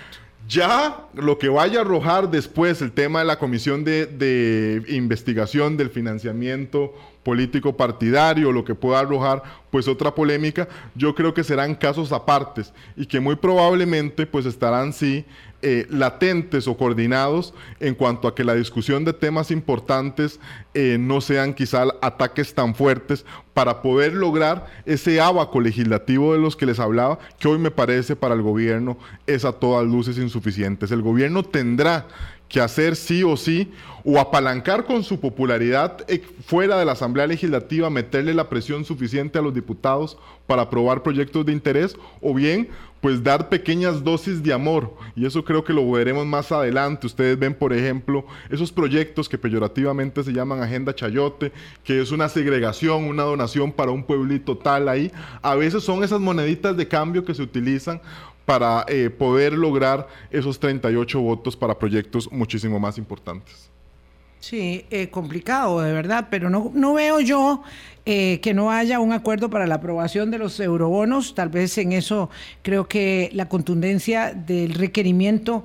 Ya lo que vaya a arrojar después el tema de la comisión de, de investigación del financiamiento político partidario, lo que pueda arrojar pues otra polémica, yo creo que serán casos apartes y que muy probablemente pues estarán sí eh, latentes o coordinados en cuanto a que la discusión de temas importantes eh, no sean quizá ataques tan fuertes para poder lograr ese ábaco legislativo de los que les hablaba, que hoy me parece para el gobierno es a todas luces insuficientes. El gobierno tendrá que hacer sí o sí, o apalancar con su popularidad eh, fuera de la Asamblea Legislativa, meterle la presión suficiente a los diputados para aprobar proyectos de interés, o bien, pues dar pequeñas dosis de amor, y eso creo que lo veremos más adelante. Ustedes ven, por ejemplo, esos proyectos que peyorativamente se llaman Agenda Chayote, que es una segregación, una donación para un pueblito tal ahí, a veces son esas moneditas de cambio que se utilizan para eh, poder lograr esos treinta y ocho votos para proyectos muchísimo más importantes. Sí, eh, complicado, de verdad, pero no, no veo yo eh, que no haya un acuerdo para la aprobación de los eurobonos. Tal vez en eso creo que la contundencia del requerimiento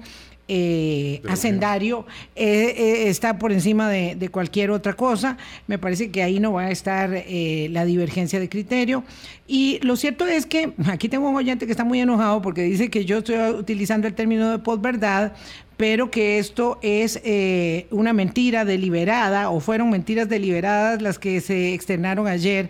Eh, hacendario eh, eh, está por encima de, de cualquier otra cosa. Me parece que ahí no va a estar eh, la divergencia de criterio. Y lo cierto es que aquí tengo un oyente que está muy enojado porque dice que yo estoy utilizando el término de posverdad, pero que esto es eh, una mentira deliberada, o fueron mentiras deliberadas las que se externaron ayer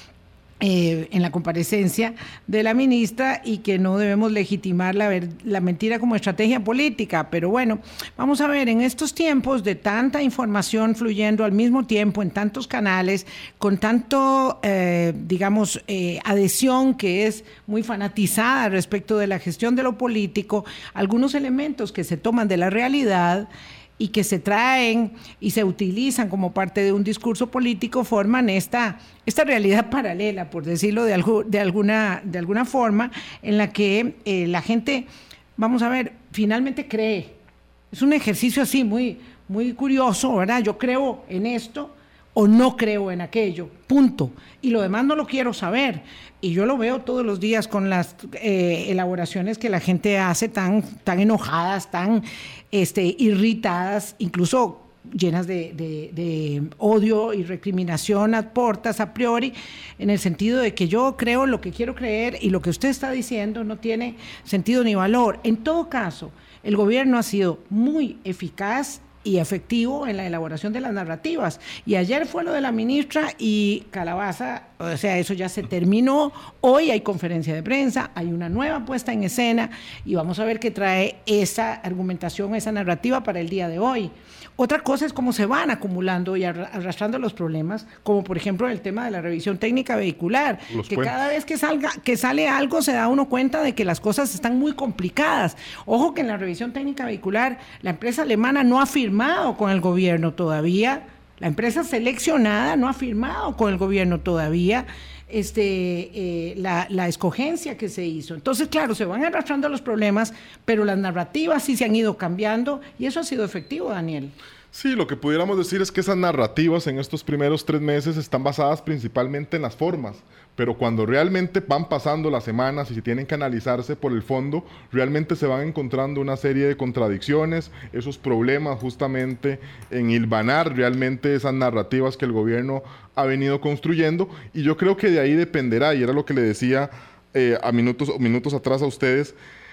Eh, en la comparecencia de la ministra, y que no debemos legitimar la, ver, la mentira como estrategia política. Pero bueno, vamos a ver, en estos tiempos de tanta información fluyendo al mismo tiempo en tantos canales, con tanto, eh, digamos, eh, adhesión que es muy fanatizada respecto de la gestión de lo político, algunos elementos que se toman de la realidad y que se traen y se utilizan como parte de un discurso político forman esta, esta realidad paralela, por decirlo de, algo, de, alguna, de alguna forma, en la que eh, la gente, vamos a ver, finalmente cree. Es un ejercicio así muy, muy curioso, ¿verdad? Yo creo en esto o no creo en aquello, punto. Y lo demás no lo quiero saber. Y yo lo veo todos los días con las eh, elaboraciones que la gente hace tan, tan enojadas, tan este, irritadas, incluso llenas de, de, de odio y recriminación a portas a priori, en el sentido de que yo creo lo que quiero creer y lo que usted está diciendo no tiene sentido ni valor. En todo caso, el gobierno ha sido muy eficaz y efectivo en la elaboración de las narrativas. Y ayer fue lo de la ministra y Calabaza, o sea, eso ya se terminó. Hoy hay conferencia de prensa, hay una nueva puesta en escena y vamos a ver qué trae esa argumentación, esa narrativa para el día de hoy. Otra cosa es cómo se van acumulando y arrastrando los problemas, como por ejemplo el tema de la revisión técnica vehicular, los que puentes. Cada vez que salga, que sale algo se da uno cuenta de que las cosas están muy complicadas. Ojo que en la revisión técnica vehicular la empresa alemana no ha firmado con el gobierno todavía, la empresa seleccionada no ha firmado con el gobierno todavía este, eh, la, la escogencia que se hizo. Entonces, claro, se van arrastrando los problemas, pero las narrativas sí se han ido cambiando y eso ha sido efectivo, Daniel. Sí, lo que pudiéramos decir es que esas narrativas en estos primeros tres meses están basadas principalmente en las formas, pero cuando realmente van pasando las semanas y si tienen que analizarse por el fondo, realmente se van encontrando una serie de contradicciones, esos problemas justamente en hilvanar realmente esas narrativas que el gobierno ha venido construyendo, y yo creo que de ahí dependerá, y era lo que le decía eh, a minutos, minutos atrás a ustedes.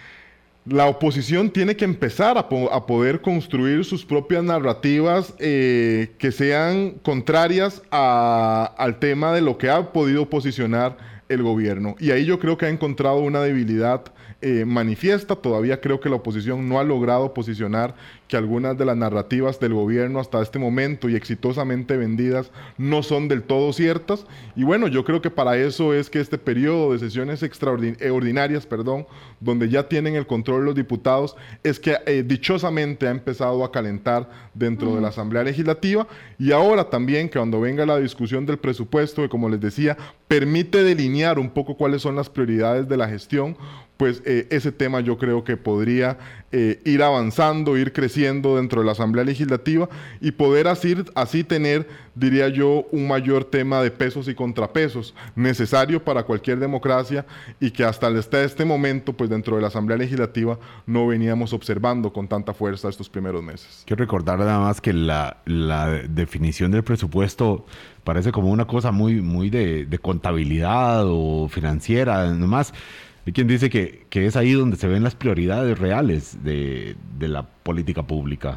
La oposición tiene que empezar a, po a poder construir sus propias narrativas eh, que sean contrarias a, al tema de lo que ha podido posicionar el gobierno. Y ahí yo creo que ha encontrado una debilidad eh, manifiesta. Todavía creo que la oposición no ha logrado posicionar que algunas de las narrativas del gobierno hasta este momento y exitosamente vendidas no son del todo ciertas. Y bueno, yo creo que para eso es que este periodo de sesiones extraordinarias, perdón, donde ya tienen el control los diputados, es que eh, dichosamente ha empezado a calentar dentro mm. de la Asamblea Legislativa. Y ahora también, que cuando venga la discusión del presupuesto, que como les decía, permite delinear un poco cuáles son las prioridades de la gestión, pues eh, ese tema yo creo que podría eh, ir avanzando, ir creciendo dentro de la Asamblea Legislativa y poder así, así tener, diría yo, un mayor tema de pesos y contrapesos necesario para cualquier democracia y que hasta este, este momento, pues dentro de la Asamblea Legislativa no veníamos observando con tanta fuerza estos primeros meses. Quiero recordar nada más que la, la definición del presupuesto parece como una cosa muy, muy de, de contabilidad o financiera, nomás. Hay quien dice que, que es ahí donde se ven las prioridades reales de, de la política pública.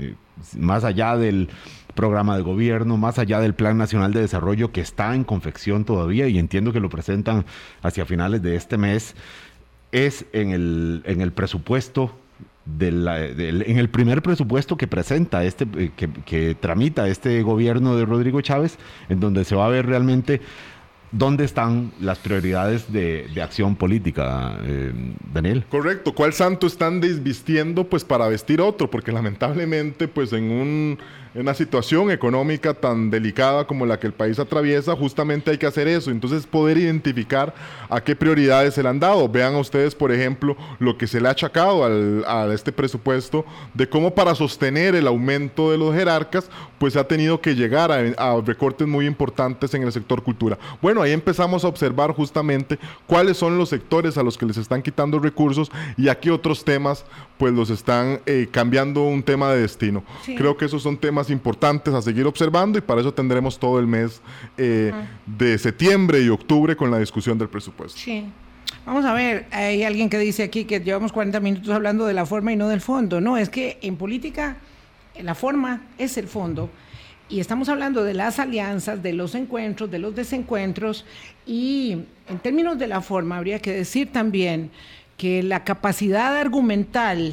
Más allá del programa de gobierno, más allá del Plan Nacional de Desarrollo que está en confección todavía y entiendo que lo presentan hacia finales de este mes, es en el, en el presupuesto, de la, de, en el primer presupuesto que presenta, este, que, que tramita este gobierno de Rodrigo Chávez, en donde se va a ver realmente ¿dónde están las prioridades de, de acción política, eh, Daniel? Correcto. ¿Cuál santo están desvistiendo pues para vestir otro? Porque lamentablemente pues en, un, en una situación económica tan delicada como la que el país atraviesa, justamente hay que hacer eso. Entonces poder identificar a qué prioridades se le han dado. Vean a ustedes, por ejemplo, lo que se le ha achacado al, a este presupuesto de cómo para sostener el aumento de los jerarcas pues ha tenido que llegar a, a recortes muy importantes en el sector cultura. Bueno, ahí empezamos a observar justamente cuáles son los sectores a los que les están quitando recursos y a qué otros temas pues los están eh, cambiando un tema de destino. Sí. Creo que esos son temas importantes a seguir observando y para eso tendremos todo el mes eh, uh-huh. de septiembre y octubre con la discusión del presupuesto. Sí. Vamos a ver, hay alguien que dice aquí que llevamos cuarenta minutos hablando de la forma y no del fondo. No, es que en política la forma es el fondo. Y estamos hablando de las alianzas, de los encuentros, de los desencuentros, y en términos de la forma habría que decir también que la capacidad argumental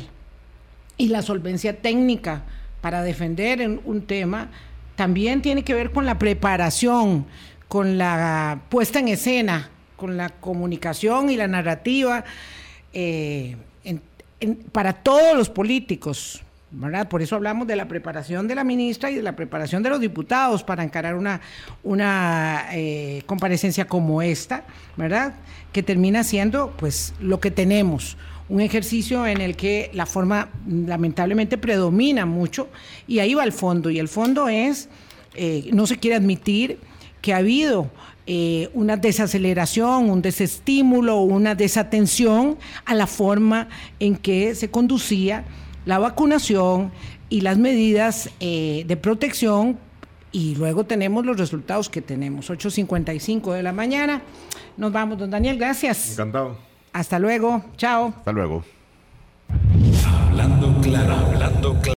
y la solvencia técnica para defender un tema también tiene que ver con la preparación, con la puesta en escena, con la comunicación y la narrativa eh, en, en, para todos los políticos, ¿verdad? Por eso hablamos de la preparación de la ministra y de la preparación de los diputados para encarar una, una eh, comparecencia como esta, ¿verdad? Que termina siendo pues lo que tenemos, un ejercicio en el que la forma lamentablemente predomina mucho y ahí va el fondo, y el fondo es, eh, no se quiere admitir que ha habido eh, una desaceleración, un desestímulo, una desatención a la forma en que se conducía la vacunación y las medidas eh, de protección, y luego tenemos los resultados que tenemos. ocho cincuenta y cinco de la mañana. Nos vamos, don Daniel, gracias. Encantado. Hasta luego, chao. Hasta luego. Hablando claro, hablando claro.